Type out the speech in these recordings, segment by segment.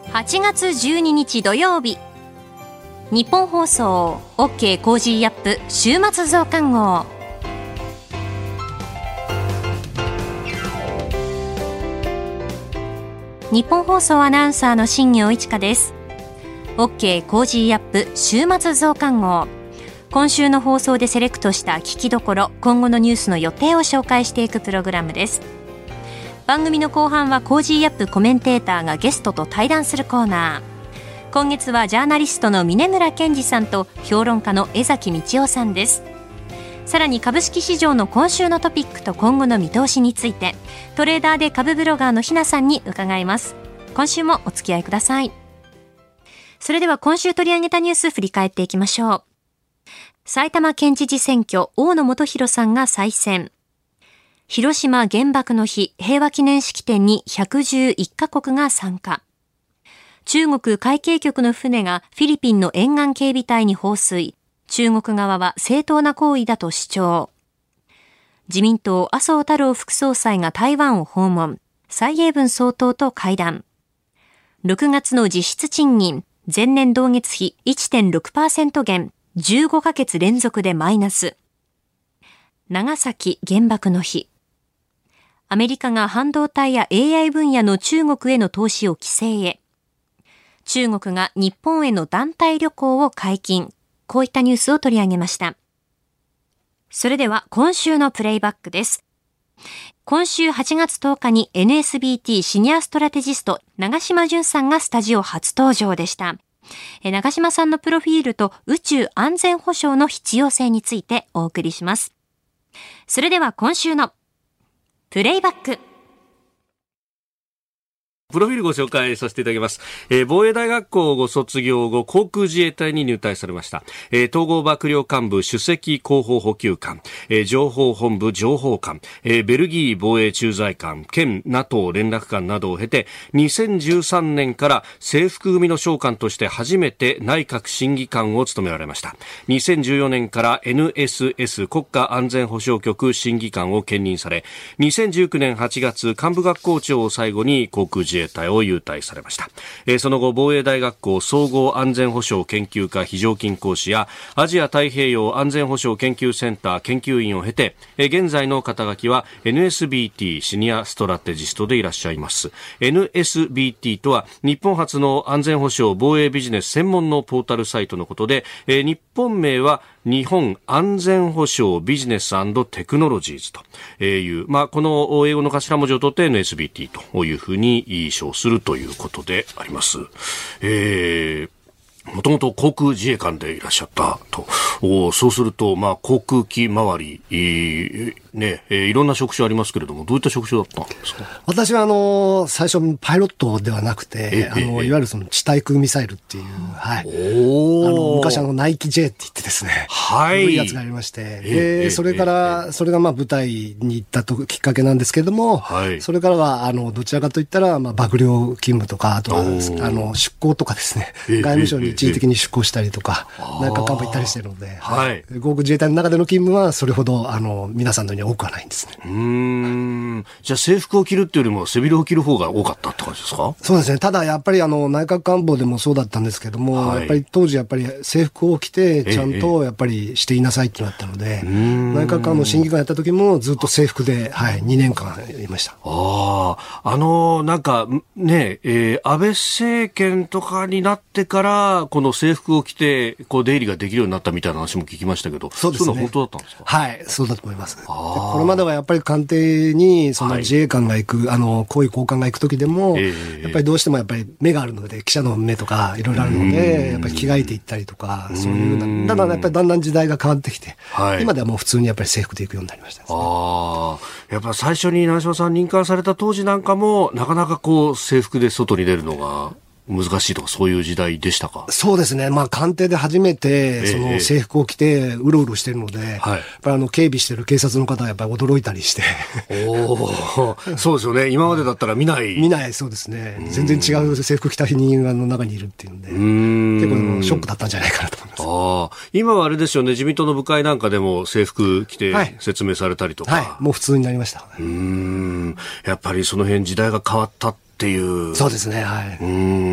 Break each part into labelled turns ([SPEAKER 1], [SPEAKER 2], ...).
[SPEAKER 1] 8月12日土曜日、日本放送 OK コージーアップ週末増刊号。日本放送アナウンサーの新業一華です。 OK コージーアップ週末増刊号、今週の放送でセレクトした聞きどころ、今後のニュースの予定を紹介していくプログラムです。番組の後半はコージーアップコメンテーターがゲストと対談するコーナー。今月はジャーナリストの峯村健二さんと評論家の江崎道夫さんです。さらに株式市場の今週のトピックと今後の見通しについて、トレーダーで株ブロガーのひなさんに伺います。今週もお付き合いください。それでは今週取り上げたニュース振り返っていきましょう。埼玉県知事選挙、大野元弘さんが再選。広島原爆の日平和記念式典に111カ国が参加。中国海警局の船がフィリピンの沿岸警備隊に放水。中国側は正当な行為だと主張。自民党麻生太郎副総裁が台湾を訪問。蔡英文総統と会談。6月の実質賃金、前年同月比 1.6% 減、15ヶ月連続でマイナス。長崎原爆の日。アメリカが半導体や AI 分野の中国への投資を規制へ。中国が日本への団体旅行を解禁。こういったニュースを取り上げました。それでは今週のプレイバックです。今週8月10日に NSBT シニアストラテジスト長島純さんがスタジオ初登場でした。長島さんのプロフィールと宇宙安全保障の必要性についてお送りします。それでは今週のプレイバック。
[SPEAKER 2] プロフィールご紹介させていただきます。防衛大学校をご卒業後、航空自衛隊に入隊されました。統合幕僚監部首席広報補給官、情報本部情報官、ベルギー防衛駐在官、県 NATO 連絡官などを経て、2013年から制服組の将官として初めて内閣審議官を務められました。2014年から NSS 国家安全保障局審議官を兼任され、2019年8月幹部学校長を最後に航空自衛隊を優退されました。その後防衛大学校総合安全保障研究科非常勤講師やアジア太平洋安全保障研究センター研究員を経て、現在の肩書きは NSBT シニアストラテジストでいらっしゃいます。 NSBT とは日本初の安全保障防衛ビジネス専門のポータルサイトのことで、日本名は日本安全保障ビジネス&テクノロジーズという、この英語の頭文字を取って NSBT というふうに称するということであります。もともと航空自衛官でいらっしゃったと。そうすると、航空機周り、いろんな職種ありますけれども、どういった職種だったんですか？
[SPEAKER 3] 私は最初パイロットではなくて、いわゆるその地対空ミサイルっていう、はい。昔ナイキ J って言ってですね、
[SPEAKER 2] はい。
[SPEAKER 3] そういうやつがありまして、それが部隊に行ったきっかけなんですけれども、はい。それからは、どちらかといったら、幕僚勤務とか、あとは、出向とかですね、外務省に一時的に出向したりとか、内閣官房行ったりしてるので、はい。航空自衛隊の中での勤務は、それほど、皆さんのように多くはないんですね。
[SPEAKER 2] じゃあ制服を着るっていうよりも背広を着る方が多かったって感じですか？
[SPEAKER 3] そうですね。ただやっぱり内閣官房でもそうだったんですけども、はい、やっぱり当時制服を着てちゃんとやっぱりしていなさいってなったので、内閣官房審議官やった時もずっと制服で、はい、2年間いました。
[SPEAKER 2] なんかね、安倍政権とかになってからこの制服を着て出入りができるようになったみたいな話も聞きましたけど、そうですね。そういうのは本当だったんですか？
[SPEAKER 3] はい、そうだと思います。これまではやっぱり官邸にその自衛官が行く、高位高官が行く時でも、やっぱりどうしてもやっぱり目があるので、記者の目とかいろいろあるので、やっぱり着替えていったりとか、そういうだんだんやっぱりだんだん時代が変わってきて、今ではもう普通にやっぱり制服で行くようになりましたですね。
[SPEAKER 2] やっぱ最初に長嶋さん任官された当時なんかも、なかなか制服で外に出るのが難しいとかそういう時代でしたか？
[SPEAKER 3] そうですね。官邸で初めてその制服を着てうろうろしてるので、やっぱり警備してる警察の方はやっぱり驚いたりして。
[SPEAKER 2] そうですよね。今までだったら見ない、
[SPEAKER 3] そうですね。全然違う制服着た人間の中にいるっていうんで、結構ショックだったんじゃないかなと思います。
[SPEAKER 2] 今はあれですよね。自民党の部会なんかでも制服着て説明されたりとか。
[SPEAKER 3] はい、もう普通になりました。
[SPEAKER 2] やっぱりその辺時代が変わったっっていう。
[SPEAKER 3] そうですね。はい。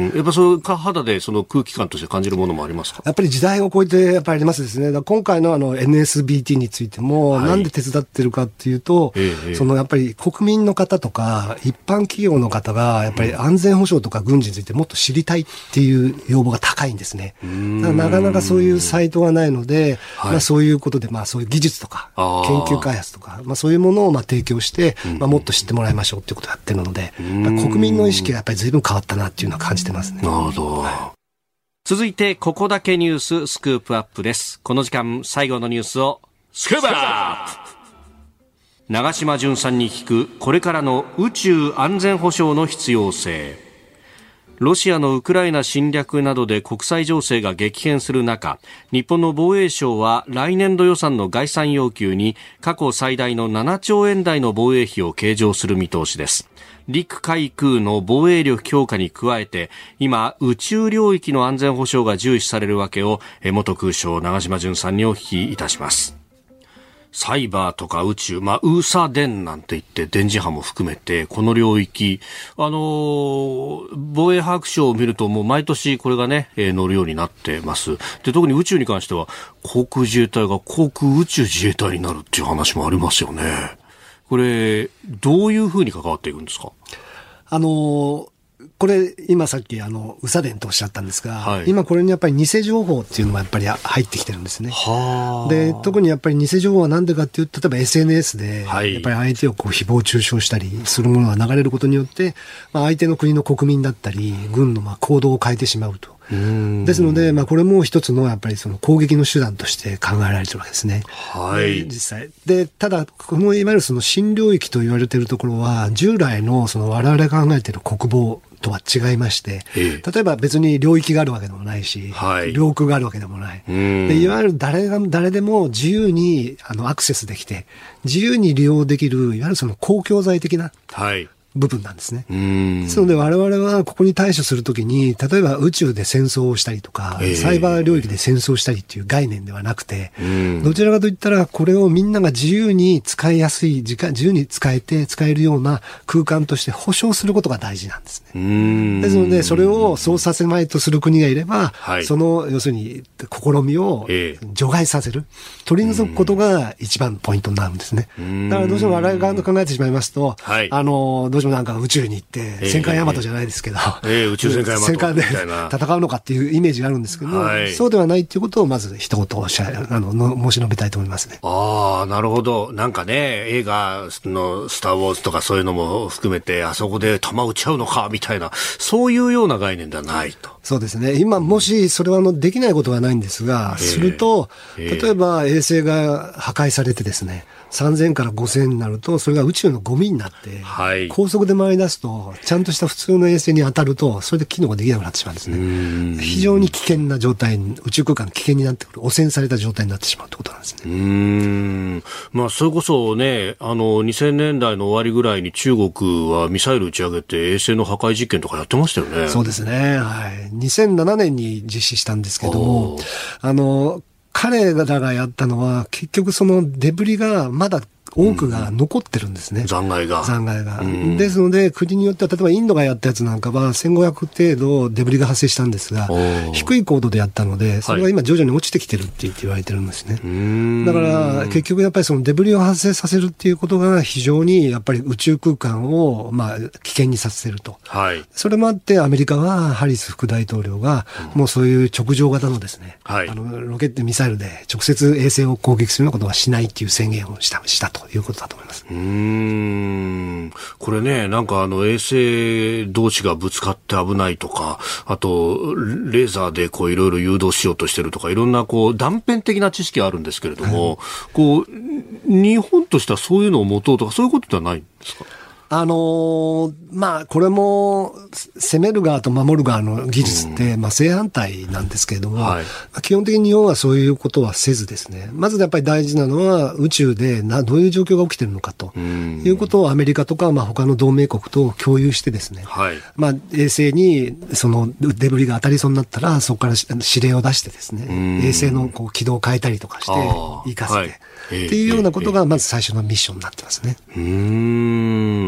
[SPEAKER 2] やっぱそういう肌でその空気感として感じるものもありますか？
[SPEAKER 3] やっぱり時代を超えてやっぱりありますですね。今回のNSBT についても、なんで手伝ってるかっていうと、そのやっぱり国民の方とか一般企業の方がやっぱり安全保障とか軍事についてもっと知りたいっていう要望が高いんですね。だからなかなかそういうサイトがないので、そういうことでそういう技術とか研究開発とかそういうものを提供して、もっと知ってもらいましょうっていうことをやってるので、国民の意識がやっぱり随分変わったなっていうのは感じてますね。
[SPEAKER 2] なるほど。続いてここだけニューススクープアップです。この時間最後のニュースをスクープアップ。長島純さんに聞くこれからの宇宙安全保障の必要性。ロシアのウクライナ侵略などで国際情勢が激変する中、日本の防衛省は来年度予算の概算要求に過去最大の7兆円台の防衛費を計上する見通しです。陸海空の防衛力強化に加えて、今宇宙領域の安全保障が重視されるわけを元空将長島純さんにお聞きいたします。サイバーとか宇宙、ウーサ電なんて言って電磁波も含めてこの領域、防衛白書を見るともう毎年これがね、乗るようになってます。で、特に宇宙に関しては航空自衛隊が航空宇宙自衛隊になるっていう話もありますよね。これどういうふうに関わっていくんですか？
[SPEAKER 3] これ今さっき宇佐電とおっしゃったんですが、今これにやっぱり偽情報っていうのがやっぱり入ってきてるんですね。で、特にやっぱり偽情報はなんでかっていうと、例えば SNS でやっぱり相手を誹謗中傷したりするものが流れることによって、相手の国の国民だったり軍の行動を変えてしまうと。ですので、これも一つのやっぱりその攻撃の手段として考えられているわけですね。実際。で、ただ、このいわゆるその新領域と言われているところは、従来のその我々が考えている国防とは違いまして、例えば別に領域があるわけでもないし、領空があるわけでもない。で、いわゆる誰でも自由にアクセスできて、自由に利用できる、いわゆるその公共財的な、部分なんですね。ですので我々はここに対処するときに、例えば宇宙で戦争をしたりとか、サイバー領域で戦争したりっていう概念ではなくて、どちらかといったらこれをみんなが自由に使いやすい自由に使えるような空間として保障することが大事なんですね。ですのでそれをそうさせまいとする国がいれば、その要するに試みを除外させる、取り除くことが一番ポイントになるんですね。だからどうしても我々側の考えてしまいますと、どうしてもなんか宇宙に行って戦艦大和じゃないですけど、
[SPEAKER 2] 宇宙戦艦大和
[SPEAKER 3] 戦艦で戦うのかっていうイメージがあるんですけど、そうではないっていうことをまず一言申し述べたいと思いますね。
[SPEAKER 2] なるほど。なんかね、映画のスターウォーズとかそういうのも含めて、あそこで弾撃っちゃうのかみたいな、そういうような概念ではないと。
[SPEAKER 3] そうですね。今もしそれはできないことはないんですが、すると例えば衛星が破壊されてですね、3000から5000になるとそれが宇宙のゴミになって、高速で回り出すとちゃんとした普通の衛星に当たるとそれで機能ができなくなってしまうんですね。非常に危険な状態、宇宙空間の危険になってくる、汚染された状態になってしまうということなんですね。
[SPEAKER 2] それこそね、2000年代の終わりぐらいに中国はミサイル打ち上げて衛星の破壊実験とかやってましたよね。
[SPEAKER 3] そうですね。2007年に実施したんですけども、彼らがやったのは結局そのデブリがまだ多くが残ってるんですね。
[SPEAKER 2] 残骸が。
[SPEAKER 3] ですので、国によっては、例えばインドがやったやつなんかは、1500程度デブリが発生したんですが、低い高度でやったので、それが今徐々に落ちてきてるって言われてるんですね。だから、結局やっぱりそのデブリを発生させるっていうことが非常にやっぱり宇宙空間を危険にさせると。それもあって、アメリカはハリス副大統領が、もうそういう直上型のですね、ロケットミサイルで直接衛星を攻撃するようなことはしないっていう宣言をしたということだと思います。
[SPEAKER 2] これね、なんか衛星同士がぶつかって危ないとか、あとレーザーでいろいろ誘導しようとしてるとか、いろんな断片的な知識があるんですけれども、日本としてはそういうのを持とうとか、そういうことではないんですか？
[SPEAKER 3] これも攻める側と守る側の技術って正反対なんですけれども、基本的に日本はそういうことはせずですね、まずやっぱり大事なのは宇宙でどういう状況が起きているのかということをアメリカとか他の同盟国と共有してですね、衛星にそのデブリが当たりそうになったらそこから指令を出してですね、衛星の軌道を変えたりとかして行かせて、っていうようなことがまず最初のミッションになってますね。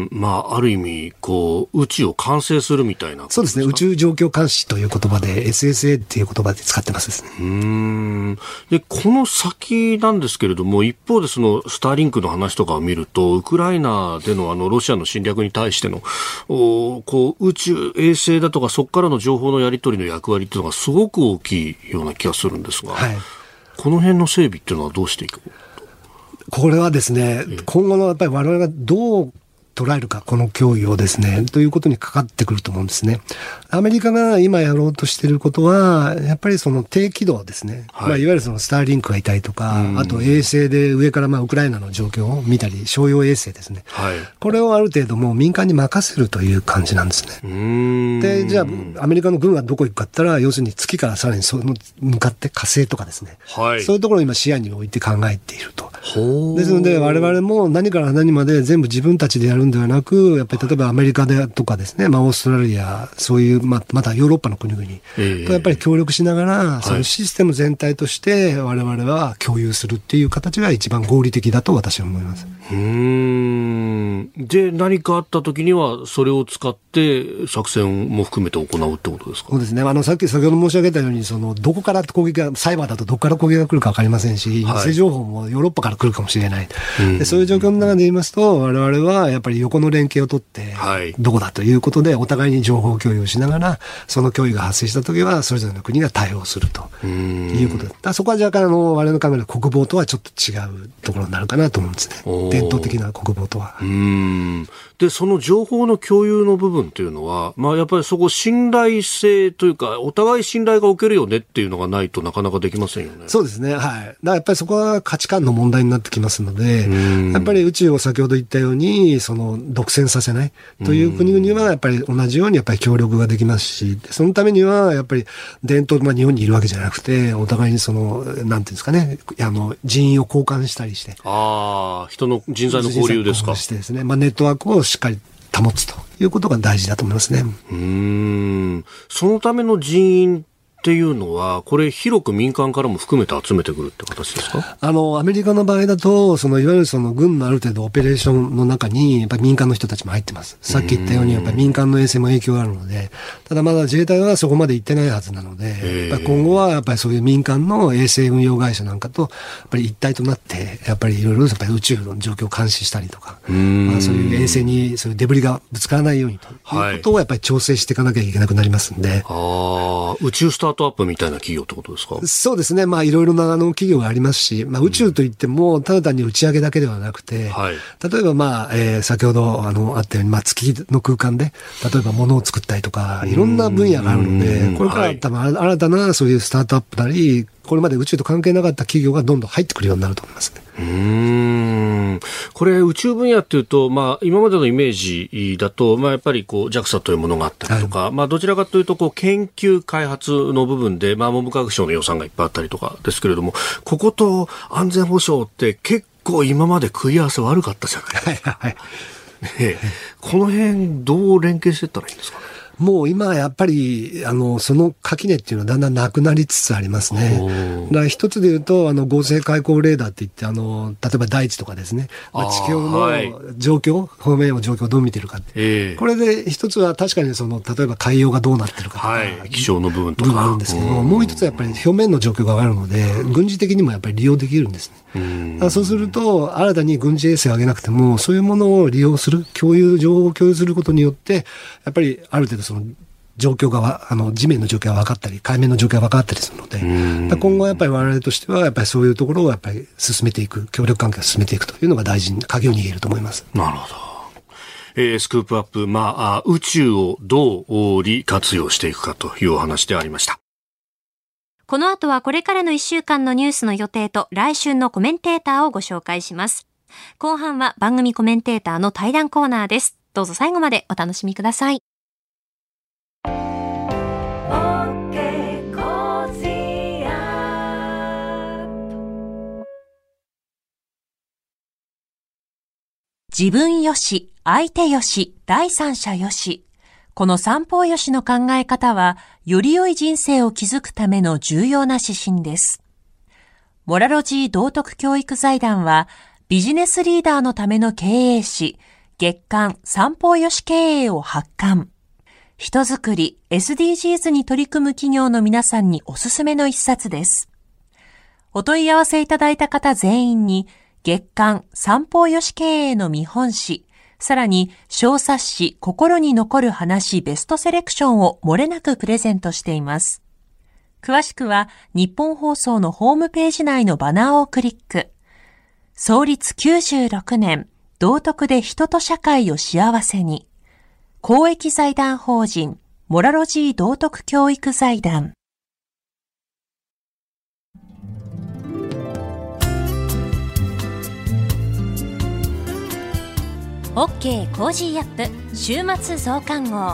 [SPEAKER 2] ある意味宇宙を管制するみたいな。
[SPEAKER 3] そうですね。宇宙状況監視という言葉で SSA っていう言葉で使ってますですね。
[SPEAKER 2] でこの先なんですけれども、一方でそのスターリンクの話とかを見ると、ウクライナでのロシアの侵略に対しての宇宙衛星だとか、そこからの情報のやり取りの役割っていうのがすごく大きいような気がするんですが、この辺の整備っていうのはどうしていく？
[SPEAKER 3] これはですね、今後のやっぱり我々がどう捉えるか、この脅威をですね、ということにかかってくると思うんですね。アメリカが今やろうとしていることは、やっぱりその低軌道ですね。いわゆるそのスターリンクがいたりとか、あと衛星で上からウクライナの状況を見たり、商用衛星ですね。これをある程度もう民間に任せるという感じなんですね。で、じゃあ、アメリカの軍はどこ行くかって言ったら、要するに月からさらにその向かって火星とかですね。そういうところを今視野に置いて考えていると。ですので、我々も何から何まで全部自分たちでやるんではなく、やっぱり例えばアメリカでとかですね、オーストラリア、そういう、またヨーロッパの国々とやっぱり協力しながら、そのシステム全体として我々は共有するっていう形が一番合理的だと私は思います。
[SPEAKER 2] で、何かあった時にはそれを使って作戦も含めて行うってことですか？
[SPEAKER 3] そうですね。先ほど申し上げたように、どこから攻撃が、サイバーだとどこから攻撃が来るか分かりませんし、偽情報もヨーロッパから来るかもしれない。でそういう状況の中で言いますと、我々はやっぱり横の連携を取って、どこだということで、お互いに情報共有しながら、その脅威が発生したときは、それぞれの国が対応するということだ。そこは若干、我々の考える国防とはちょっと違うところになるかなと思うんですね。伝統的な国防とは。
[SPEAKER 2] で、その情報の共有の部分というのは、やっぱりそこ信頼性というか、お互い信頼がおけるよねっていうのがないとなかなかできませんよね。
[SPEAKER 3] そうですね。だからやっぱりそこは価値観の問題になってきますので、やっぱり宇宙を先ほど言ったように、独占させないという国々はやっぱり同じようにやっぱり協力ができますし、そのためにはやっぱり伝統、日本にいるわけじゃなくて、お互いになんていうんですかね、人員を交換したりして。
[SPEAKER 2] 人の人材の交流ですか。
[SPEAKER 3] してですね、ネットワークをしっかり保つということが大事だと思いますね。
[SPEAKER 2] そのための人員っていうのは、これ広く民間からも含めて集めてくるって形ですか？
[SPEAKER 3] アメリカの場合だと、いわゆる軍のある程度オペレーションの中に、やっぱり民間の人たちも入ってます。さっき言ったように、やっぱり民間の衛星も影響があるので、ただまだ自衛隊はそこまで行ってないはずなので、やっぱ今後はやっぱりそういう民間の衛星運用会社なんかと、やっぱり一体となって、やっぱりいろいろやっぱり宇宙の状況を監視したりとか、そういう衛星にそういうデブリがぶつからないようにということをやっぱり調整していかなきゃいけなくなりますんで。
[SPEAKER 2] 宇宙スタートアップみたいな企業ってことですか？
[SPEAKER 3] そうですね。いろいろな企業がありますし、宇宙といっても、ただ単に打ち上げだけではなくて、例えば先ほどあったように、月の空間で、例えば物を作ったりとか、いろんな分野があるので、これから多分新たなそういうスタートアップなり、これまで宇宙と関係なかった企業がどんどん入ってくるようになると思いますね。
[SPEAKER 2] これ宇宙分野っていうと、今までのイメージだと、やっぱりJAXA というものがあったりとか、どちらかというと研究開発の部分で、文部科学省の予算がいっぱいあったりとかですけれども、ここと安全保障って結構今まで食い合わせ悪かったじゃないですか。この辺どう連携していったらいいんですかね？
[SPEAKER 3] もう今やっぱり、その垣根っていうのはだんだんなくなりつつありますね。だから一つで言うと、合成開口レーダーって言って、例えば大地とかですね、地球の状況、表面の状況をどう見てるかって。これで一つは確かに例えば海洋がどうなってるかとか、
[SPEAKER 2] 気象の部分とか。
[SPEAKER 3] あるんですけども、もう一つはやっぱり表面の状況がわかるので、軍事的にもやっぱり利用できるんですね。そうすると、新たに軍事衛星を上げなくても、そういうものを利用する、情報を共有することによって、やっぱりある程度状況が、地面の状況が分かったり、海面の状況が分かったりするので、今後やっぱり我々としては、やっぱりそういうところをやっぱり進めていく、協力関係を進めていくというのが大事に、鍵を握ると思います。
[SPEAKER 2] なるほど。スクープアップ、宇宙をどう利活用していくかというお話でありました。
[SPEAKER 1] この後はこれからの1週間のニュースの予定と来週のコメンテーターをご紹介します。後半は番組コメンテーターの対談コーナーです。どうぞ最後までお楽しみください。自分よし、相手よし、第三者よし。この三方よしの考え方は、より良い人生を築くための重要な指針です。モラロジー道徳教育財団は、ビジネスリーダーのための経営誌、 月刊三方よし経営を発刊。人づくり SDGs に取り組む企業の皆さんにおすすめの一冊です。お問い合わせいただいた方全員に月刊三方よし経営の見本誌、さらに小冊子心に残る話ベストセレクションを漏れなくプレゼントしています。詳しくは日本放送のホームページ内のバナーをクリック。創立96年、道徳で人と社会を幸せに。公益財団法人モラロジー道徳教育財団。
[SPEAKER 4] OK コージーアップ週末増刊号。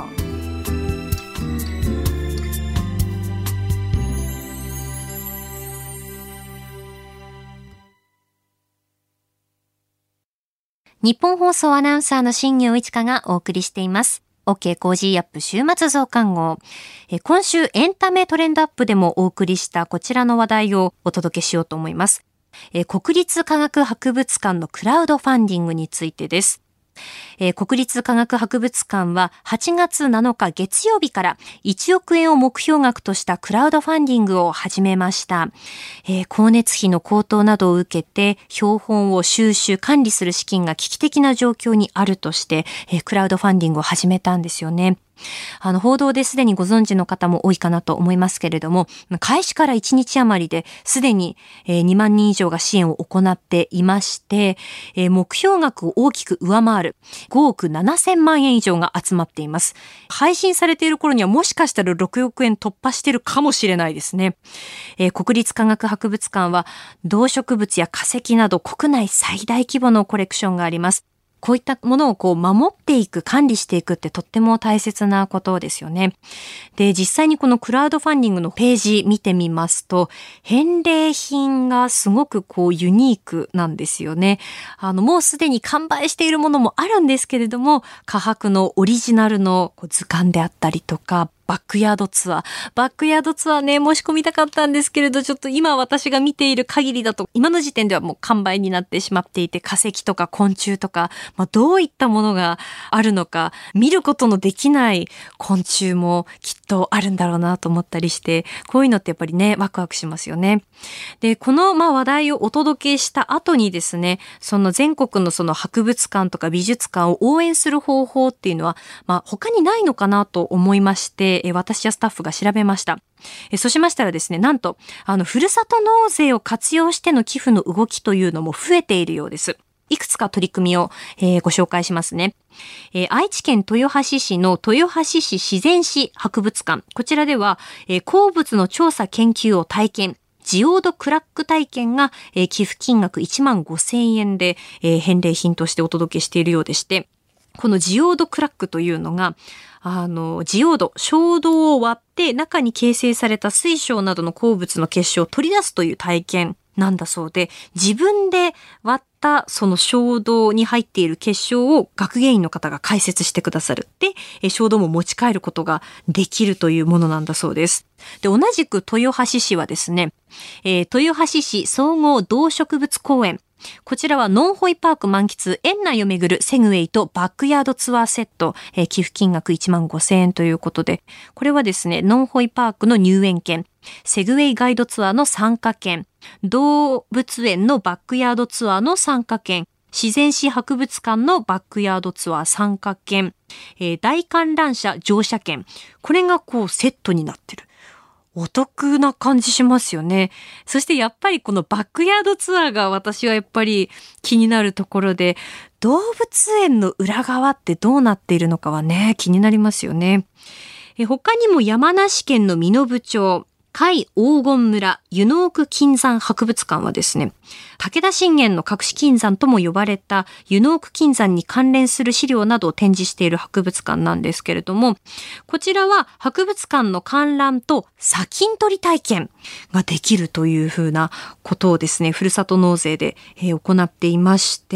[SPEAKER 4] 日本放送アナウンサーの新業一華がお送りしています。OK コージーアップ週末増刊号。今週エンタメトレンドアップでもお送りしたこちらの話題をお届けしようと思います。国立科学博物館のクラウドファンディングについてです。国立科学博物館は8月7日月曜日から1億円を目標額としたクラウドファンディングを始めました。光熱費の高騰などを受けて標本を収集管理する資金が危機的な状況にあるとして、クラウドファンディングを始めたんですよね。報道ですでにご存知の方も多いかなと思いますけれども、開始から1日余りですでに2万人以上が支援を行っていまして、目標額を大きく上回る5億7000万円以上が集まっています。配信されている頃にはもしかしたら6億円突破しているかもしれないですね。国立科学博物館は動植物や化石など国内最大規模のコレクションがあります。こういったものを守っていく、管理していくってとっても大切なことですよね。で、実際にこのクラウドファンディングのページ見てみますと、返礼品がすごくユニークなんですよね。もうすでに完売しているものもあるんですけれども、科博のオリジナルの図鑑であったりとか、バックヤードツアーね、申し込みたかったんですけれど、ちょっと今私が見ている限りだと、今の時点ではもう完売になってしまっていて、化石とか昆虫とか、どういったものがあるのか、見ることのできない昆虫もきっとあるんだろうなと思ったりして、こういうのってやっぱりね、ワクワクしますよね。で、この話題をお届けした後にですね、その全国のその博物館とか美術館を応援する方法っていうのは、他にないのかなと思いまして、私やスタッフが調べました。そうしましたらですね、なんとふるさと納税を活用しての寄付の動きというのも増えているようです。いくつか取り組みを、ご紹介しますね。愛知県豊橋市の豊橋市自然史博物館。こちらでは、鉱物の調査研究を体験。ジオードクラック体験が、寄付金額1万5000円で、返礼品としてお届けしているようでして、このジオードクラックというのが、ジオード、衝動を割って中に形成された水晶などの鉱物の結晶を取り出すという体験なんだそうで、自分で割ったその衝動に入っている結晶を学芸員の方が解説してくださる。で、衝動も持ち帰ることができるというものなんだそうです。で、同じく豊橋市はですね、豊橋市総合動植物公園。こちらはノンホイパーク満喫、園内を巡るセグウェイとバックヤードツアーセット、寄付金額1万5000円ということで、これはですね、ノンホイパークの入園券、セグウェイガイドツアーの参加券、動物園のバックヤードツアーの参加券、自然史博物館のバックヤードツアー参加券、大観覧車乗車券、これがセットになってる。お得な感じしますよね。そしてやっぱりこのバックヤードツアーが私はやっぱり気になるところで、動物園の裏側ってどうなっているのかはね、気になりますよね。他にも山梨県の身延町、甲斐黄金村湯の奥金山博物館はですね、武田信玄の隠し金山とも呼ばれた湯の奥金山に関連する資料などを展示している博物館なんですけれども、こちらは博物館の観覧と砂金取り体験ができるというふうなことをですね、ふるさと納税で行っていまして、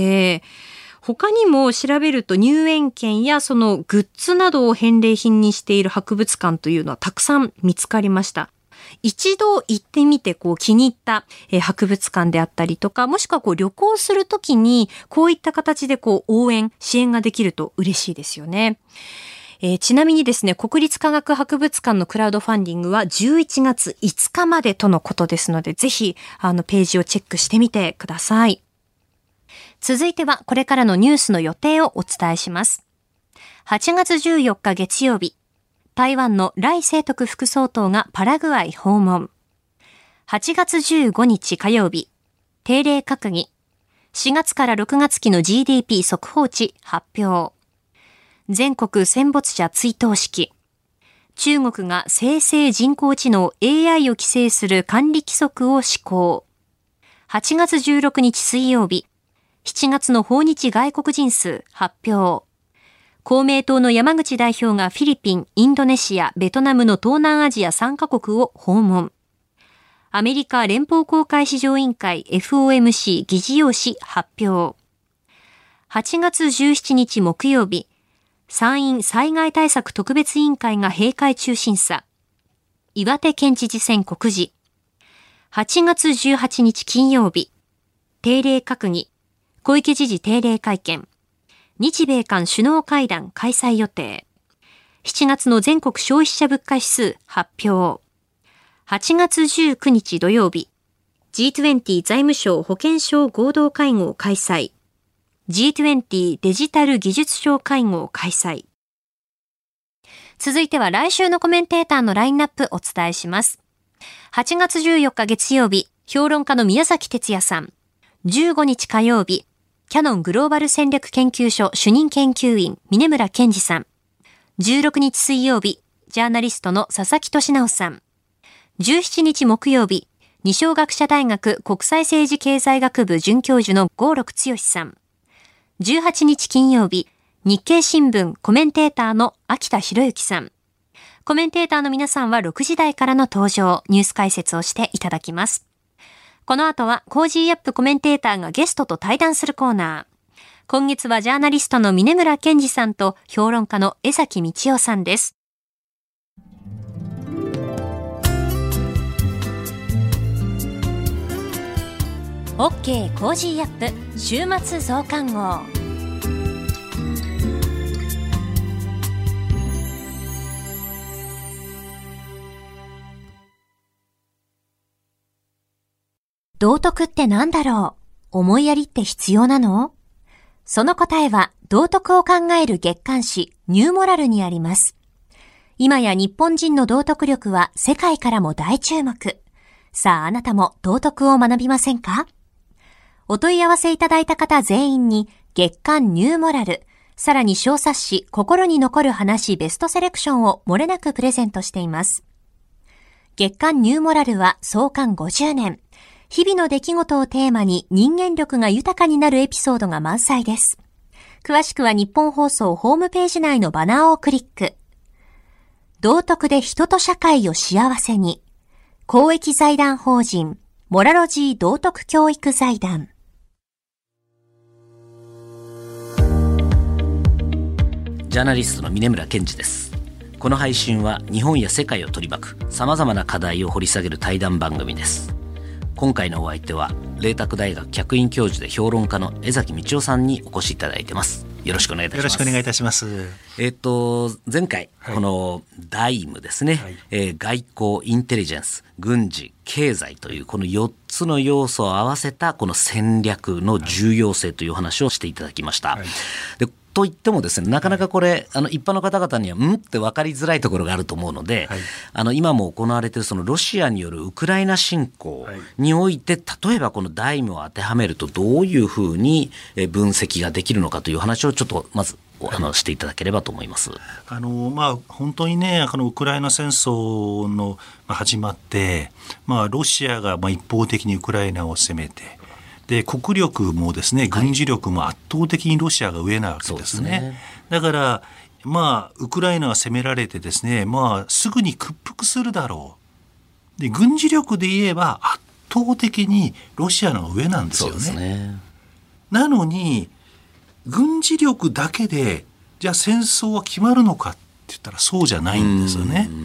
[SPEAKER 4] 他にも調べると入園券やそのグッズなどを返礼品にしている博物館というのはたくさん見つかりました。 一度行ってみて気に入った、博物館であったりとか、もしくは旅行するときにこういった形で応援、支援ができると嬉しいですよね。ちなみにですね、国立科学博物館のクラウドファンディングは11月5日までとのことですので、ぜひページをチェックしてみてください。続いてはこれからのニュースの予定をお伝えします。8月14日月曜日、台湾の頼清徳副総統がパラグアイ訪問。8月15日火曜日、定例閣議。4月から6月期の GDP 速報値発表。全国戦没者追悼式。中国が生成人工知能 AI を規制する管理規則を施行。8月16日水曜日、7月の訪日外国人数発表。公明党の山口代表がフィリピン、インドネシア、ベトナムの東南アジア3カ国を訪問。アメリカ連邦公開市場委員会 FOMC 議事要旨発表。8月17日木曜日、参院災害対策特別委員会が閉会中審査。岩手県知事選告示。8月18日金曜日、定例閣議。小池知事定例会見。日米韓首脳会談開催予定。7月の全国消費者物価指数発表。8月19日土曜日、G20 財務省保健省合同会合開催。G20 デジタル技術省会合開催。続いては来週のコメンテーターのラインナップお伝えします。8月14日月曜日、評論家の宮崎哲也さん。15日火曜日、キヤノングローバル戦略研究所主任研究員峯村健二さん。16日水曜日、ジャーナリストの佐々木俊直さん。17日木曜日、二松学舎大学国際政治経済学部准教授の郷六剛さん。18日金曜日、日経新聞コメンテーターの秋田博之さん。コメンテーターの皆さんは6時台からの登場、ニュース解説をしていただきます。この後はコージーアップコメンテーターがゲストと対談するコーナー。今月はジャーナリストの峯村健二さんと評論家の江崎道夫さんです。OK コージーアップ週末増刊号。道徳って何だろう？思いやりって必要なの？その答えは道徳を考える月刊誌ニューモラルにあります。今や日本人の道徳力は世界からも大注目。さああなたも道徳を学びませんか？お問い合わせいただいた方全員に月刊ニューモラル、さらに小冊子心に残る話ベストセレクションを漏れなくプレゼントしています。月刊ニューモラルは創刊50年。日々の出来事をテーマに人間力が豊かになるエピソードが満載です。詳しくは日本放送ホームページ内のバナーをクリック。道徳で人と社会を幸せに。公益財団法人モラロジー道徳教育財団。
[SPEAKER 5] ジャーナリストの峯村健二です。この配信は日本や世界を取り巻く様々な課題を掘り下げる対談番組です。今回のお相手は麗澤大学客員教授で評論家の江崎道夫さんにお越しいただいてます。よろしくお願いいたします。
[SPEAKER 6] よろしくお願いいたします。
[SPEAKER 5] 前回、はい、この大務ですね、はい、外交、インテリジェンス、軍事、経済というこの4つの要素を合わせたこの戦略の重要性という話をしていただきました。はい、でといってもですね、なかなかこれ一般の方々にはって分かりづらいところがあると思うので、はい、今も行われているそのロシアによるウクライナ侵攻において、例えばこの大務を当てはめるとどういうふうに分析ができるのかという話をちょっとまずしていただければと思います。
[SPEAKER 6] 本当にね、ウクライナ戦争の始まって、ロシアが一方的にウクライナを攻めて、で国力もですね、軍事力も圧倒的にロシアが上なわけですね。はい、だからウクライナが攻められてですね、すぐに屈服するだろう。で軍事力で言えば圧倒的にロシアの上なんですよ ね。なのに軍事力だけでじゃあ戦争は決まるのかって言ったらそうじゃないんですよね。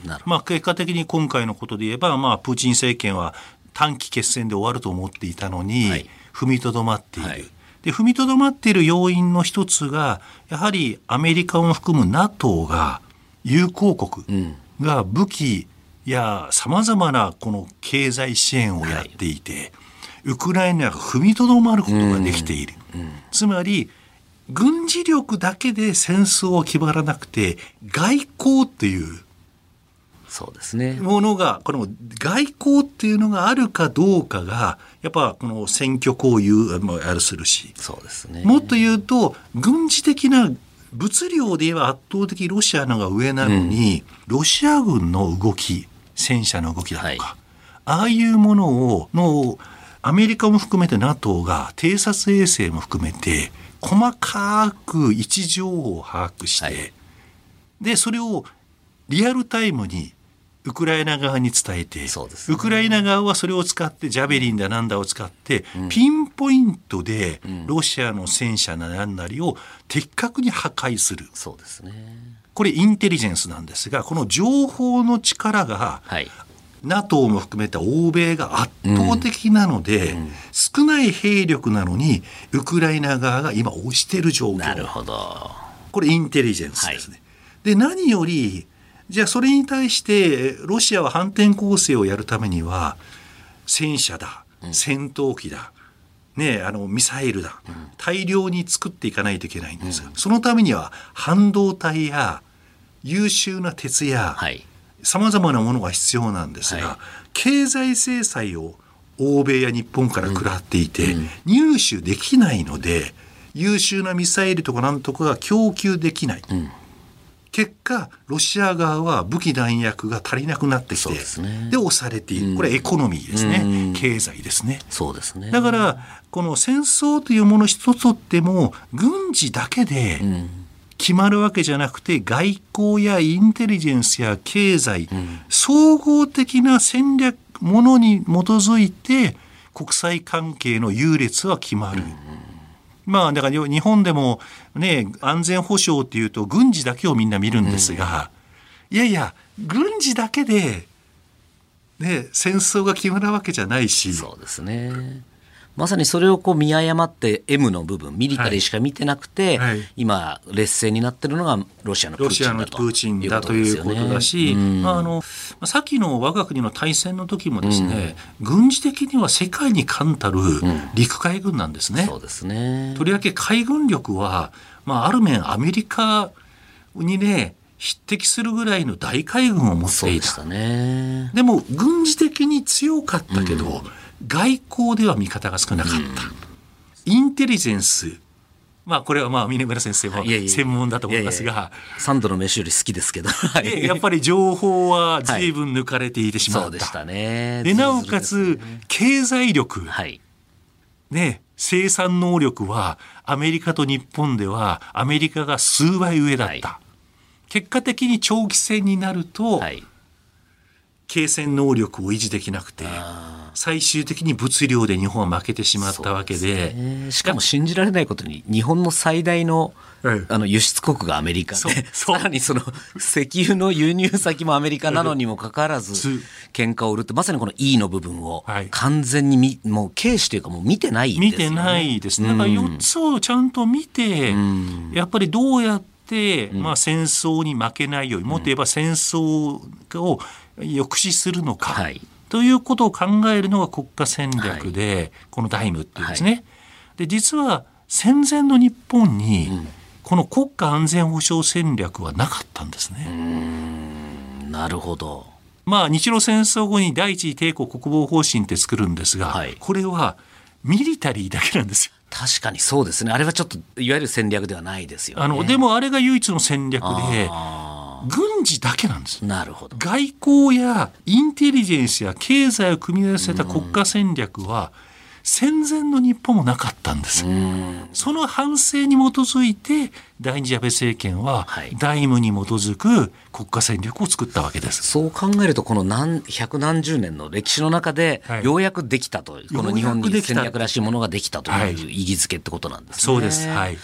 [SPEAKER 6] 結果的に今回のことで言えば、プーチン政権は短期決戦で終わると思っていたのに、踏みとどまっている。で踏みとどまっている要因の一つが、やはりアメリカを含む NATO が友好国が武器やさまざまなこの経済支援をやっていて、ウクライナが踏みとどまることができている。つまり軍事力だけで戦争は決まらなくて、外交っていう
[SPEAKER 5] そうですね、
[SPEAKER 6] ものが、この外交っていうのがあるかどうかがやっぱこの選挙行為もするし、
[SPEAKER 5] そうですね、
[SPEAKER 6] もっと言うと軍事的な物量で言えば圧倒的ロシアのが上なのに、ロシア軍の動き、戦車の動きだとか、ああいうもののアメリカも含めて NATO が偵察衛星も含めて細かく位置情報を把握して、でそれをリアルタイムにウクライナ側に伝えて、ウクライナ側はそれを使ってジャベリンだなんだを使ってピンポイントでロシアの戦車なんなりを的確に破壊する。
[SPEAKER 5] そうですね、
[SPEAKER 6] これインテリジェンスなんですが、この情報の力が、NATO も含めた欧米が圧倒的なので、少ない兵力なのにウクライナ側が今押している状況。
[SPEAKER 5] なるほど、
[SPEAKER 6] これインテリジェンスですね。で何よりじゃあそれに対してロシアは反転攻勢をやるためには戦車だ、戦闘機だ、ミサイルだ、大量に作っていかないといけないんですが、そのためには半導体や優秀な鉄やさまざまなものが必要なんですが、経済制裁を欧米や日本から食らっていて、入手できないので優秀なミサイルとかなんとかが供給できない。結果ロシア側は武器弾薬が足りなくなってきて、で押されている。これエコノミーですね、経済ですね。
[SPEAKER 5] そうですね。
[SPEAKER 6] だからこの戦争というもの一つとっても軍事だけで決まるわけじゃなくて、外交やインテリジェンスや経済、総合的な戦略ものに基づいて国際関係の優劣は決まる。だから日本でもね、安全保障っていうと軍事だけをみんな見るんですが、いや軍事だけで、戦争が決まるわけじゃないし。
[SPEAKER 5] そうですね。まさにそれを見誤って M の部分、ミリタリーしか見てなくて、今劣勢になっているのがロシアのプーチンだということだし、
[SPEAKER 6] さっきの我が国の大戦の時もですね、軍事的には世界に冠たる陸海軍なんですね。
[SPEAKER 5] そうですね。
[SPEAKER 6] とりわけ海軍力は、ある面アメリカに匹敵するぐらいの大海軍を持っていた。
[SPEAKER 5] そうでしたね。
[SPEAKER 6] でも軍事的に強かったけど、外交では味方が少なかった。インテリジェンス、これは峰村先生も専門だと思いますが、
[SPEAKER 5] 3度の飯より好きですけど
[SPEAKER 6] やっぱり情報は随分抜かれていてしまった。
[SPEAKER 5] そうでしたね。
[SPEAKER 6] でなおかつ経済力、生産能力はアメリカと日本ではアメリカが数倍上だった。結果的に長期戦になると、継戦能力を維持できなくて、最終的に物量で日本は負けてしまったわけで、
[SPEAKER 5] しかも信じられないことに日本の最大の輸出国がアメリカで、さらにその石油の輸入先もアメリカなのにもかかわらず喧嘩を売るって、まさにこの E の部分を完全にもう軽視というかもう見てないですよね。
[SPEAKER 6] 見てないですね。だから4つをちゃんと見て、やっぱりどうやって戦争に負けないように、もっと言えば戦争を抑止するのか、ということを考えるのが国家戦略で、このダイムっていうんですね。で実は戦前の日本にこの国家安全保障戦略はなかったんですね。
[SPEAKER 5] なるほど。
[SPEAKER 6] 日露戦争後に第一次帝国国防方針って作るんですが、これはミリタリーだけなんですよ。
[SPEAKER 5] 確かにそうですね。あれはちょっといわゆる戦略ではないですよね。
[SPEAKER 6] でもあれが唯一の戦略で、軍事だけなんです。
[SPEAKER 5] なるほど。
[SPEAKER 6] 外交やインテリジェンスや経済を組み合わせた国家戦略は戦前の日本もなかったんです。その反省に基づいて第二次安倍政権はダイムに基づく国家戦略を作ったわけです。
[SPEAKER 5] そう考えるとこの百何十年の歴史の中でようやくできたと、この日本に戦略らしいものができたという意義づけってことなんですね。
[SPEAKER 6] そうです。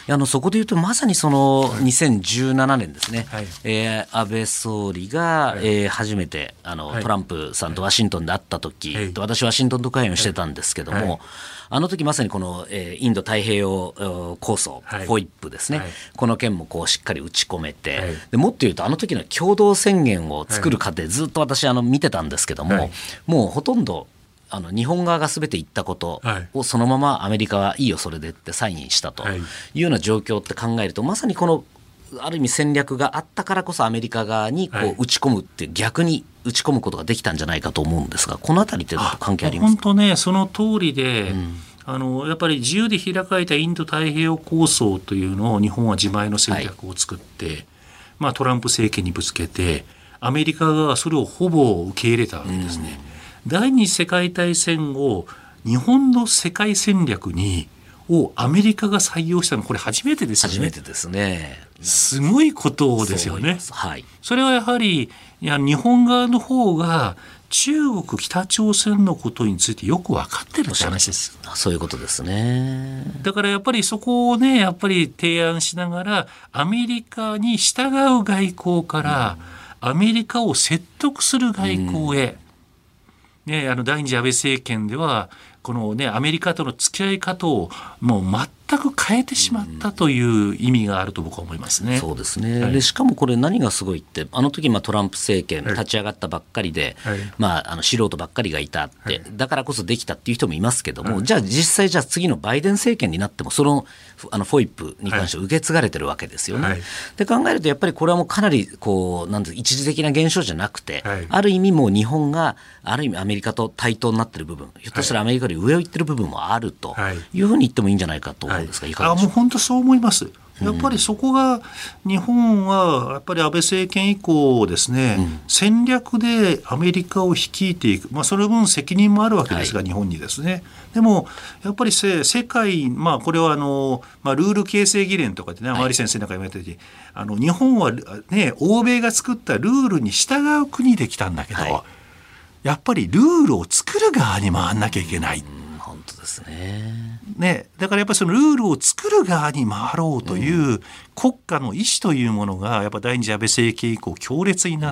[SPEAKER 5] そこで言うとまさにその2017年ですね、安倍総理が、初めてトランプさんとワシントンで会った時、私ワシントン特派員をしてたんですけども、あの時まさにこの、インド太平洋構想、FOIP ですね、この件もこうしっかり打ち込めて、でもっと言うとあの時の共同宣言を作る過程、ずっと私見てたんですけども、もうほとんど日本側が全て言ったことをそのままアメリカはいいよそれでってサインしたというような状況って考えると、まさにこのある意味戦略があったからこそアメリカ側にこう打ち込むって逆に打ち込むことができたんじゃないかと思うんですが、このあたりって関係ありますか？
[SPEAKER 6] 本当ね、その通りで、やっぱり自由で開かれたインド太平洋構想というのを日本は自前の戦略を作って、トランプ政権にぶつけて、アメリカがそれをほぼ受け入れたわけですね。第二次世界大戦後、日本の世界戦略をアメリカが採用したのはこれ初めてですよね。
[SPEAKER 5] 初めてですね。
[SPEAKER 6] すごいことですよね。それはやはり日本側の方が中国北朝鮮のことについてよく分かってるって話です。
[SPEAKER 5] そういうことですね。
[SPEAKER 6] だからやっぱりそこをね、やっぱり提案しながらアメリカに従う外交からアメリカを説得する外交へ、第二次安倍政権ではこのアメリカとの付き合い方をもう全く変えてしまったという意味があると僕は思いますね。
[SPEAKER 5] そうですね。でしかもこれ何がすごいって、あの時トランプ政権立ち上がったばっかりで、素人ばっかりがいたって、だからこそできたっていう人もいますけども、じゃあ実際次のバイデン政権になってもそのFOIP に関して受け継がれてるわけですよね。で考えるとやっぱりこれはもうかなり一時的な現象じゃなくて、ある意味もう日本がある意味アメリカと対等になってる部分、ひょっとしたらアメリカより上を行ってる部分もあるというふうに言ってもいいんじゃないかと思うんですが、いかがでしょうか？
[SPEAKER 6] もう本当そう思います。やっぱりそこが日本はやっぱり安倍政権以降ですね、戦略でアメリカを率いていく、その分責任もあるわけですが、日本にですね。でもやっぱり世界、これはルール形成議連とかでね、甘利先生なんか言われたように、日本はね、欧米が作ったルールに従う国できたんだけど、やっぱりルールを作る側に回んなきゃいけない。
[SPEAKER 5] 本当ですね。
[SPEAKER 6] だからやっぱりそのルールを作る側に回ろうという国家の意思というものがやっぱ第二次安倍政権以降強烈になって、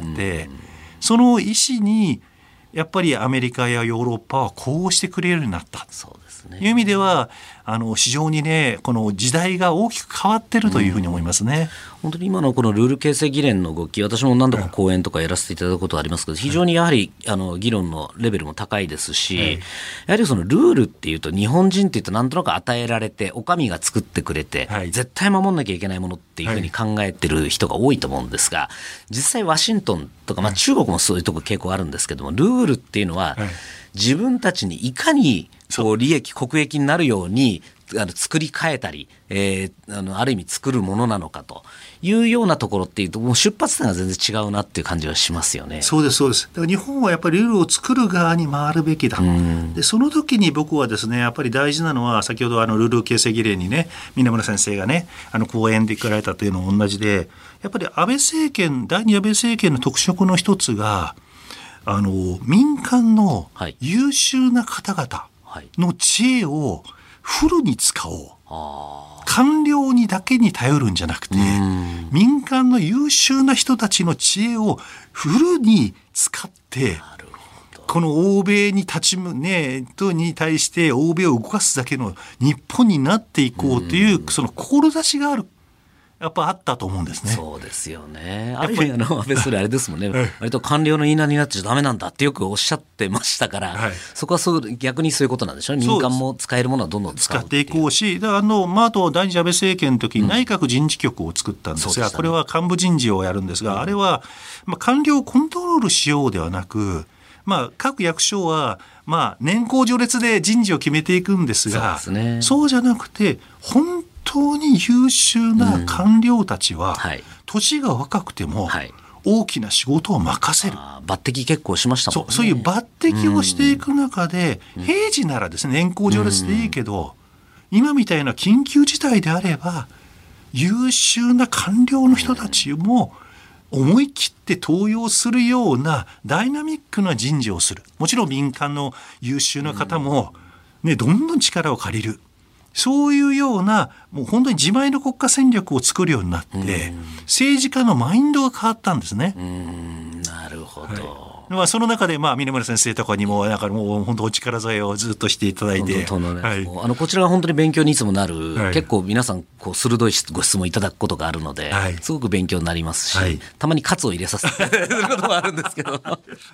[SPEAKER 6] その意思にやっぱりアメリカやヨーロッパは呼応してくれるようになった。
[SPEAKER 5] そうですね。
[SPEAKER 6] いう意味では非常にね、この時代が大きく変わってるというふうに思いますね。
[SPEAKER 5] 本当に今のこのルール形成議連の動き、私も何度か講演とかやらせていただくことはありますけど、非常にやはり議論のレベルも高いですし、やはりそのルールっていうと日本人っていうとなんとなく与えられて、お上が作ってくれて、絶対守んなきゃいけないものっていうふうに考えてる人が多いと思うんですが、実際ワシントンとか、中国もそういうとこ傾向あるんですけども、ルールっていうのは自分たちにいかに利益国益になるように作り変えたり、ある意味作るものなのかというようなところっていうと、もう出発点が全然違うなっていう感じはしますよね。
[SPEAKER 6] そうですそうです。だから日本はやっぱりルールを作る側に回るべきだ。でその時に僕はですね、やっぱり大事なのは、先ほどルール形成議連にね、峰村先生がね講演で聞かれたというのも同じで、やっぱり安倍政権、第二安倍政権の特色の一つが民間の優秀な方々の知恵をフルに使おう、官僚にだけに頼るんじゃなくて、民間の優秀な人たちの知恵をフルに使って、この欧米にに対して欧米を動かすだけの日本になっていこうというその志がやっぱあったと思うんですね。
[SPEAKER 5] そうですよね。ある意味安倍総理あれですもんね、割と官僚の言いなりになっちゃダメなんだってよくおっしゃってましたから、そこは逆にそういうことなんでしょうね。民間も使えるものはどんどん使
[SPEAKER 6] っていこうし、あと第二次安倍政権の時に内閣人事局を作ったんですが、これは幹部人事をやるんですが、あれは官僚をコントロールしようではなく、各役所は年功序列で人事を決めていくんですが、そうじゃなくて本当に優秀な官僚たちは、年が若くても大きな仕事を任せる。
[SPEAKER 5] 抜擢結構しましたもんね。
[SPEAKER 6] そういう抜擢をしていく中で、平時ならですね、年功序列でいいけど、今みたいな緊急事態であれば優秀な官僚の人たちも思い切って登用するようなダイナミックな人事をする。もちろん民間の優秀な方も、どんどん力を借りる。 そういうようなもう本当に自前の国家戦略を作るようになって、政治家のマインドが変わったんですね。
[SPEAKER 5] なるほど。
[SPEAKER 6] その中で峰村先生とかにもなんかもう本当お力添えをずっとしていただいて、
[SPEAKER 5] こちらが本当に勉強にいつもなる、結構皆さんこう鋭いご質問いただくことがあるので、すごく勉強になりますし、たまに喝を入れさせていただくこともあるんですけど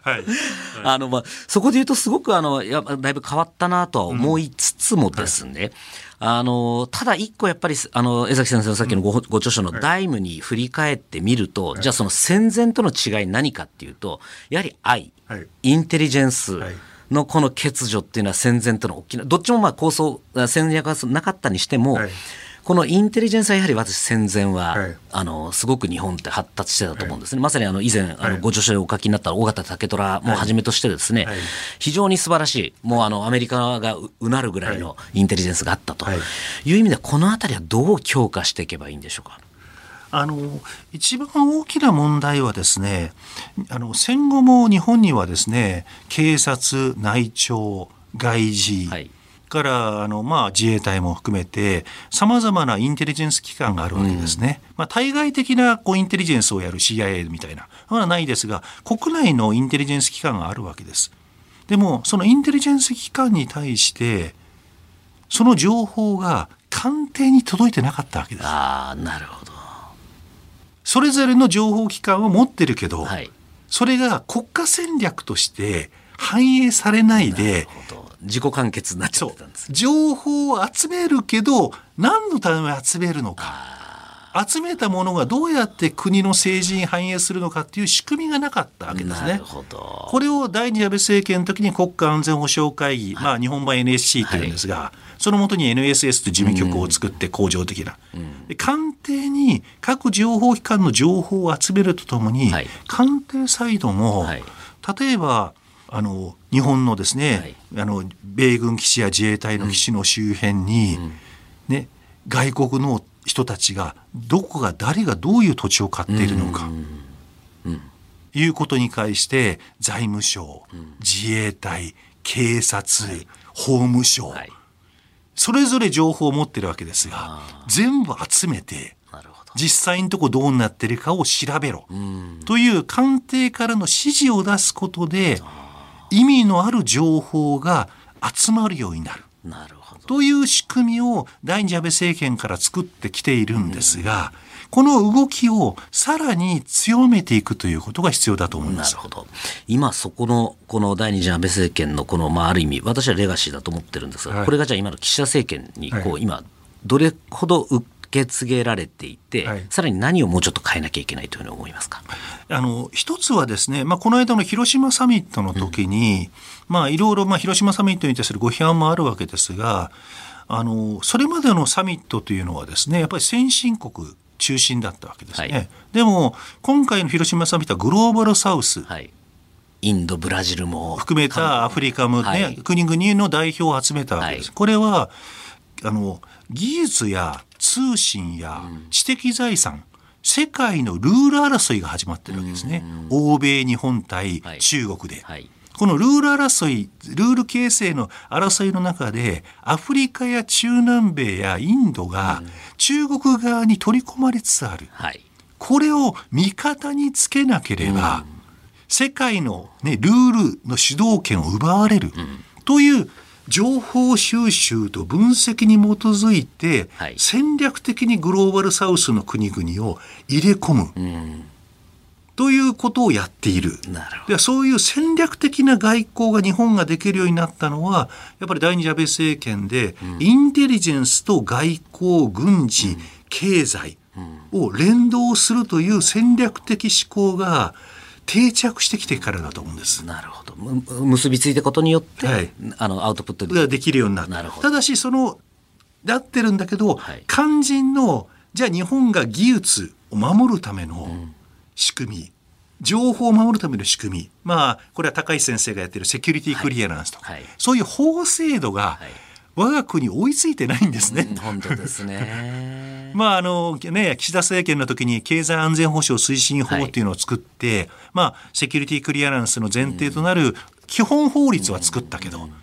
[SPEAKER 5] そこで言うとすごくだいぶ変わったなとは思いつつもですね、ただ一個やっぱり江崎先生のさっきのご著書のダイムに振り返ってみると、じゃあその戦前との違い何かっていうと、やはりインテリジェンスのこの欠如っていうのは戦前との大きな、どっちも構想戦略がなかったにしても、このインテリジェンスはやはり私戦前は、すごく日本って発達してたと思うんですね。まさに以前ご著書でお書きになった尾形武虎もはじめとしてですね、非常に素晴らしい、もうアメリカがうなるぐらいのインテリジェンスがあったという意味では、このあたりはどう強化していけばいいんでしょうか。
[SPEAKER 6] 一番大きな問題はですね、戦後も日本にはですね、警察、内調、外事、から自衛隊も含めてさまざまなインテリジェンス機関があるわけですね。対外的なインテリジェンスをやる CIA みたいなのはないですが、国内のインテリジェンス機関があるわけです。でもそのインテリジェンス機関に対してその情報が官邸に届いてなかったわけです。
[SPEAKER 5] なるほど。
[SPEAKER 6] それぞれの情報機関を持ってるけど、それが国家戦略として反映されないで、
[SPEAKER 5] 自己完結になっちゃってたんです。
[SPEAKER 6] 情報を集めるけど何のために集めるのか、集めたものがどうやって国の政治に反映するのかっていう仕組みがなかったわけですね。
[SPEAKER 5] なるほど。
[SPEAKER 6] これを第二次安倍政権の時に国家安全保障会議、日本版 NSC というんですが、その下に NSS という事務局を作って恒常的な、で官邸に各情報機関の情報を集めるとともに、官邸サイドも、例えば日本のですね、米軍基地や自衛隊の基地の周辺に、外国の人たちが誰がどういう土地を買っているのか、いうことに関して財務省、自衛隊、警察、法務省、それぞれ情報を持っているわけですが、全部集めて実際のところどうなっているかを調べろという官邸からの指示を出すことで、意味のある情報が集まるようになるという仕組みを第二次安倍政権から作ってきているんですが、この動きをさらに強めていくということが必要だと思います。
[SPEAKER 5] なるほど。今そこのこの第二次安倍政権のこのある意味私はレガシーだと思ってるんですが、これがじゃあ今の岸田政権に今どれほど受け継げられていて、さらに何をもうちょっと変えなきゃいけないというふうに思いますか。
[SPEAKER 6] 一つはですね、この間の広島サミットの時に、いろいろ広島サミットに対するご批判もあるわけですが、それまでのサミットというのはですね、やっぱり先進国中心だったわけですね。でも今回の広島サミットはグローバルサウス、
[SPEAKER 5] インド、ブラジルも
[SPEAKER 6] 含めたアフリカも、国々の代表を集めたわけです。これは技術や通信や知的財産、世界のルール争いが始まってるわけですね。欧米、日本対中国で、このルール争い、ルール形成の争いの中で、アフリカや中南米やインドが中国側に取り込まれつつある、これを味方につけなければ、世界の、ルールの主導権を奪われる、という情報収集と分析に基づいて、戦略的にグローバルサウスの国々を入れ込む、ということをやっている。でそういう戦略的な外交が日本ができるようになったのは、やっぱり第二次安倍政権で、インテリジェンスと外交、軍事、経済を連動するという戦略的思考が定着してきてからだと思うんです。
[SPEAKER 5] なるほど。結びついたことによって、アウトプット
[SPEAKER 6] ができるようになった。ただしやってるんだけど、肝心のじゃあ日本が技術を守るための仕組み、情報を守るための仕組み、これは高市先生がやってるセキュリティクリアランスとか、そういう法制度が我が国追いついてないんですね。
[SPEAKER 5] 本当ですね。
[SPEAKER 6] 岸田政権の時に経済安全保障推進法っていうのを作って、セキュリティクリアランスの前提となる基本法律は作ったけど、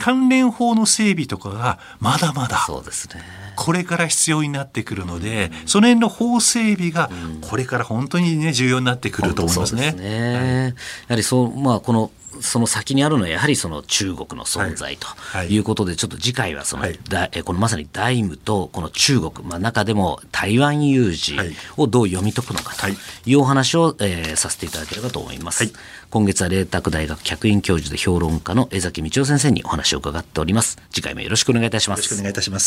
[SPEAKER 6] 関連法の整備とかがまだまだ
[SPEAKER 5] そうですね、
[SPEAKER 6] これから必要になってくるので、その辺の法整備がこれから本当にね重要になってくると思いますね。
[SPEAKER 5] そうですね、やはりその先にあるのはやはりその中国の存在ということで、ちょっと次回はこのまさにダイムとこの中国、中でも台湾有事をどう読み解くのかというお話を、させていただければと思います。今月は麗澤大学客員教授で評論家の江崎道夫先生にお話を伺っております。次回もよろしくお願いいたします。
[SPEAKER 6] よろしくお願いいたします。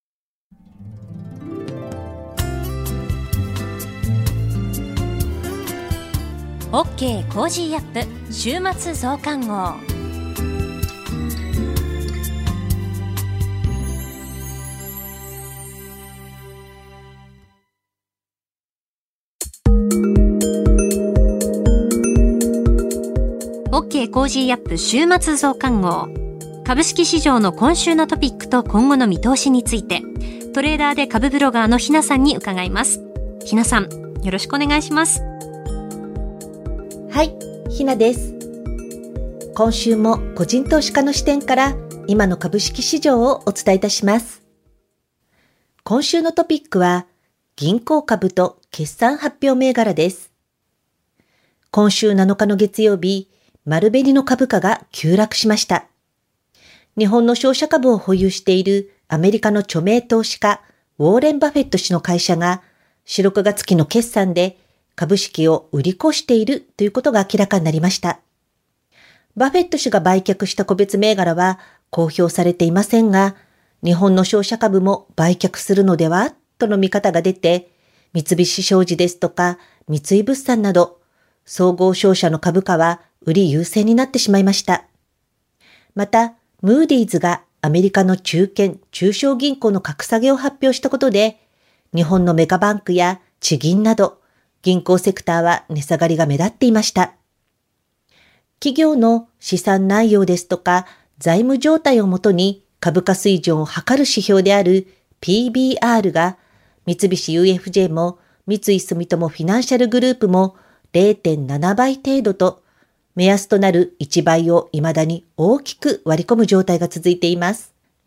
[SPEAKER 1] OK コージーアップ週末増刊号。OK コージーアップ週末増刊号。株式市場の今週のトピックと今後の見通しについて、トレーダーで株ブロガーのひなさんに伺います。ひなさん、よろしくお願いします。
[SPEAKER 7] はい、ひなです。今週も個人投資家の視点から今の株式市場をお伝えいたします。今週のトピックは銀行株と決算発表銘柄です。今週7日の月曜日、丸紅の株価が急落しました。日本の商社株を保有しているアメリカの著名投資家ウォーレン・バフェット氏の会社が4、6月期の決算で株式を売り越しているということが明らかになりました。バフェット氏が売却した個別銘柄は公表されていませんが、日本の商社株も売却するのではとの見方が出て、三菱商事ですとか三井物産など総合商社の株価は売り優勢になってしまいました。また、ムーディーズがアメリカの中堅・中小銀行の格下げを発表したことで、日本のメガバンクや地銀など銀行セクターは値下がりが目立っていました。企業の資産内容ですとか財務状態をもとに株価水準を測る指標である PBR が三菱 UFJ も三井住友フィナンシャルグループも 0.7 倍程度と目安となる1倍を未だに大きく割り込む状態が続いています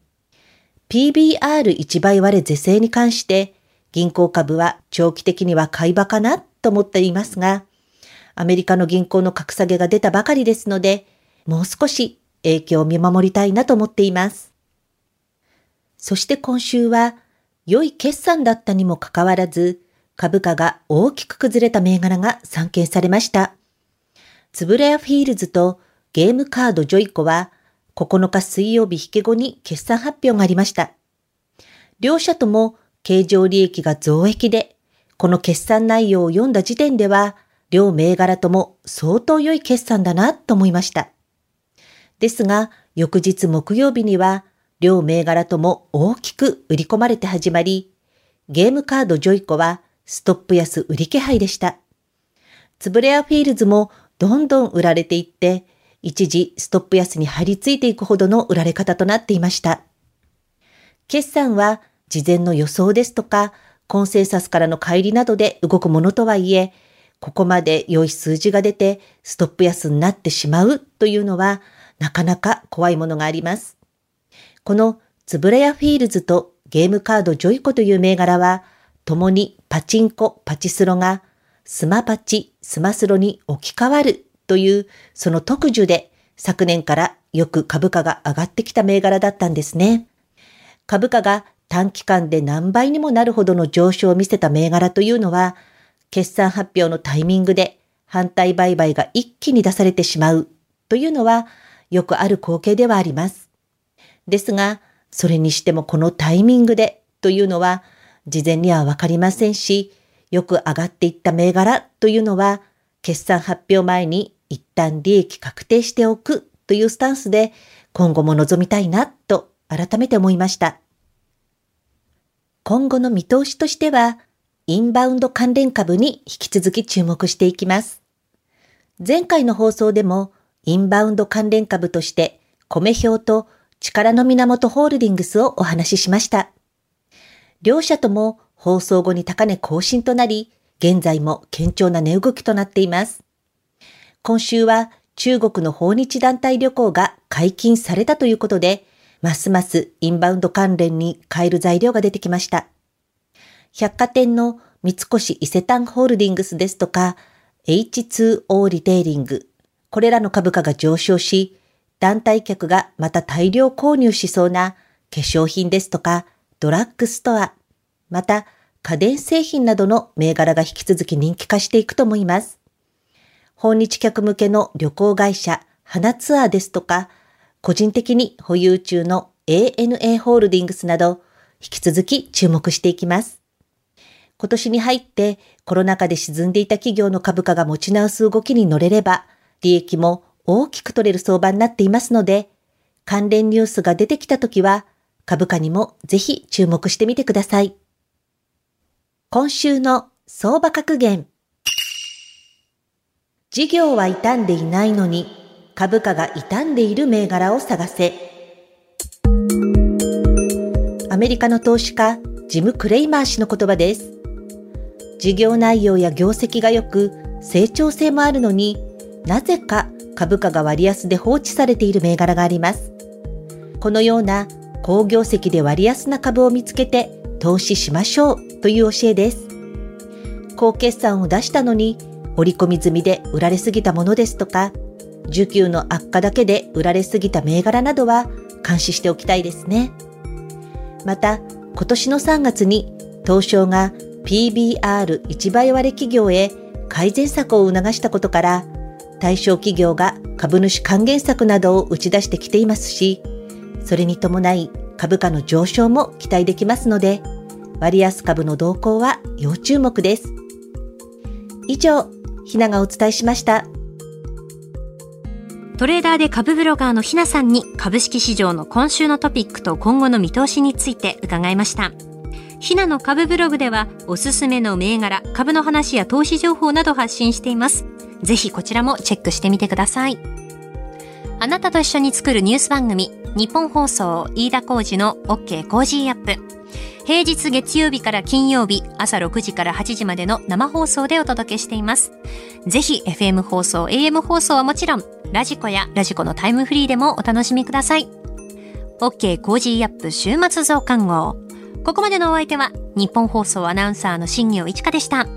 [SPEAKER 7] 。PBR1 倍割れ是正に関して銀行株は長期的には買い場かなと思っていますが、アメリカの銀行の格下げが出たばかりですので、もう少し影響を見守りたいなと思っています。そして今週は、良い決算だったにもかかわらず、株価が大きく崩れた銘柄が散見されました。つぶれやフィールズとゲームカードジョイコは、9日水曜日引け後に決算発表がありました。両社とも経常利益が増益で、この決算内容を読んだ時点では、両銘柄とも相当良い決算だなと思いました。ですが、翌日木曜日には、両銘柄とも大きく売り込まれて始まり、ゲームカードジョイコはストップ安売り気配でした。つぶれやフィールズもどんどん売られていって、一時ストップ安に張り付いていくほどの売られ方となっていました。決算は事前の予想ですとか、コンセンサスからの乖離などで動くものとはいえ、ここまで良い数字が出てストップ安になってしまうというのはなかなか怖いものがあります。このつぶれやフィールズとゲームカードジョイコという銘柄は、共にパチンコ、パチスロがスマパチ、スマスロに置き換わるというその特需で昨年からよく株価が上がってきた銘柄だったんですね。株価が短期間で何倍にもなるほどの上昇を見せた銘柄というのは、決算発表のタイミングで反対売買が一気に出されてしまうというのはよくある光景ではあります。ですが、それにしてもこのタイミングでというのは事前にはわかりませんし、よく上がっていった銘柄というのは決算発表前に一旦利益確定しておくというスタンスで今後も臨みたいなと改めて思いました。今後の見通しとしては、インバウンド関連株に引き続き注目していきます。前回の放送でもインバウンド関連株として米表と力の源ホールディングスをお話ししました。両社とも放送後に高値更新となり、現在も堅調な値動きとなっています。今週は中国の訪日団体旅行が解禁されたということで、ますますインバウンド関連に変える材料が出てきました。百貨店の三越伊勢丹ホールディングスですとか、H2O リテイリング、これらの株価が上昇し、団体客がまた大量購入しそうな化粧品ですとか、ドラッグストア、また家電製品などの銘柄が引き続き人気化していくと思います。訪日客向けの旅行会社、花ツアーですとか、個人的に保有中の ANA ホールディングスなど、引き続き注目していきます。今年に入ってコロナ禍で沈んでいた企業の株価が持ち直す動きに乗れれば、利益も大きく取れる相場になっていますので、関連ニュースが出てきたときは、株価にもぜひ注目してみてください。今週の相場格言。事業は傷んでいないのに、株価が傷んでいる銘柄を探せ。アメリカの投資家、ジム・クレイマー氏の言葉です。事業内容や業績が良く、成長性もあるのに、なぜか株価が割安で放置されている銘柄があります。このような好業績で割安な株を見つけて投資しましょうという教えです。高決算を出したのに織り込み済みで売られすぎたものですとか、需給の悪化だけで売られすぎた銘柄などは監視しておきたいですね。また、今年の3月に東証が PBR1 倍割れ企業へ改善策を促したことから、対象企業が株主還元策などを打ち出してきていますし、それに伴い株価の上昇も期待できますので、割安株の動向は要注目です。以上、ひながお伝えしました。
[SPEAKER 1] トレーダーで株ブロガーのひなさんに株式市場の今週のトピックと今後の見通しについて伺いました。ひなの株ブログではおすすめの銘柄、株の話や投資情報など発信しています。ぜひこちらもチェックしてみてください。あなたと一緒に作るニュース番組、日本放送飯田浩司の OK コージーアップ。平日月曜日から金曜日朝6時から8時までの生放送でお届けしています。ぜひ FM 放送、AM 放送はもちろん、ラジコやラジコのタイムフリーでもお楽しみください。OK コージーアップ週末増刊号。ここまでのお相手は日本放送アナウンサーの新業一華でした。